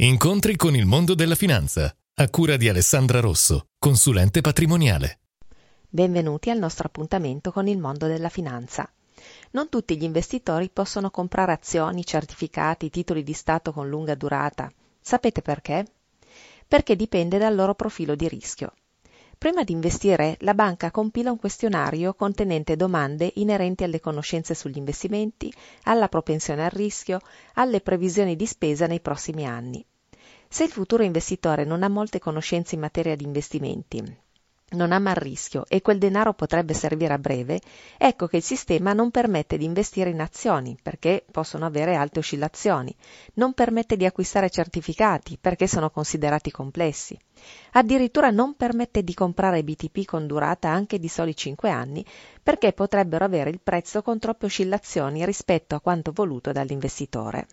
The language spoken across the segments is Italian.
Incontri con il mondo della finanza, a cura di Alessandra Rosso, consulente patrimoniale. Benvenuti al nostro appuntamento con il mondo della finanza. Non tutti gli investitori possono comprare azioni, certificati, titoli di Stato con lunga durata. Sapete perché? Perché dipende dal loro profilo di rischio. Prima di investire, la banca compila un questionario contenente domande inerenti alle conoscenze sugli investimenti, alla propensione al rischio, alle previsioni di spesa nei prossimi anni. Se il futuro investitore non ha molte conoscenze in materia di investimenti, non ama il rischio e quel denaro potrebbe servire a breve, ecco che il sistema non permette di investire in azioni perché possono avere alte oscillazioni, non permette di acquistare certificati perché sono considerati complessi, addirittura non permette di comprare BTP con durata anche di soli 5 anni perché potrebbero avere il prezzo con troppe oscillazioni rispetto a quanto voluto dall'investitore.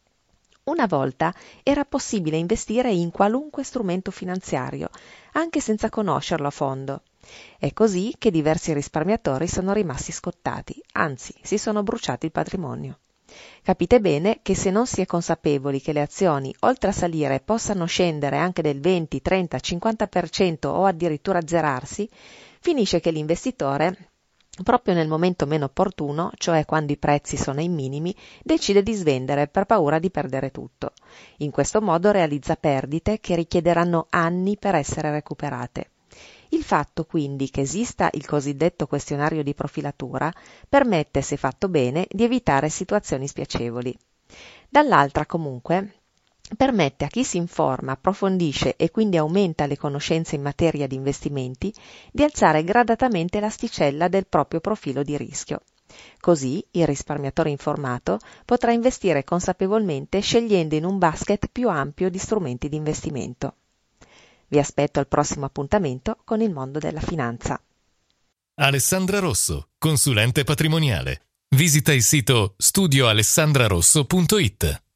Una volta era possibile investire in qualunque strumento finanziario, anche senza conoscerlo a fondo. È così che diversi risparmiatori sono rimasti scottati, anzi si sono bruciati il patrimonio. Capite bene che se non si è consapevoli che le azioni, oltre a salire, possano scendere anche del 20, 30, 50% o addirittura azzerarsi, finisce che l'investitore, proprio nel momento meno opportuno, cioè quando i prezzi sono ai minimi, decide di svendere per paura di perdere tutto. In questo modo realizza perdite che richiederanno anni per essere recuperate. Il fatto quindi che esista il cosiddetto questionario di profilatura permette, se fatto bene, di evitare situazioni spiacevoli. Dall'altra, comunque, permette a chi si informa, approfondisce e quindi aumenta le conoscenze in materia di investimenti di alzare gradatamente l'asticella del proprio profilo di rischio. Così il risparmiatore informato potrà investire consapevolmente scegliendo in un basket più ampio di strumenti di investimento. Vi aspetto al prossimo appuntamento con il mondo della finanza. Alessandra Rosso, consulente patrimoniale. Visita il sito studioalessandrarosso.it.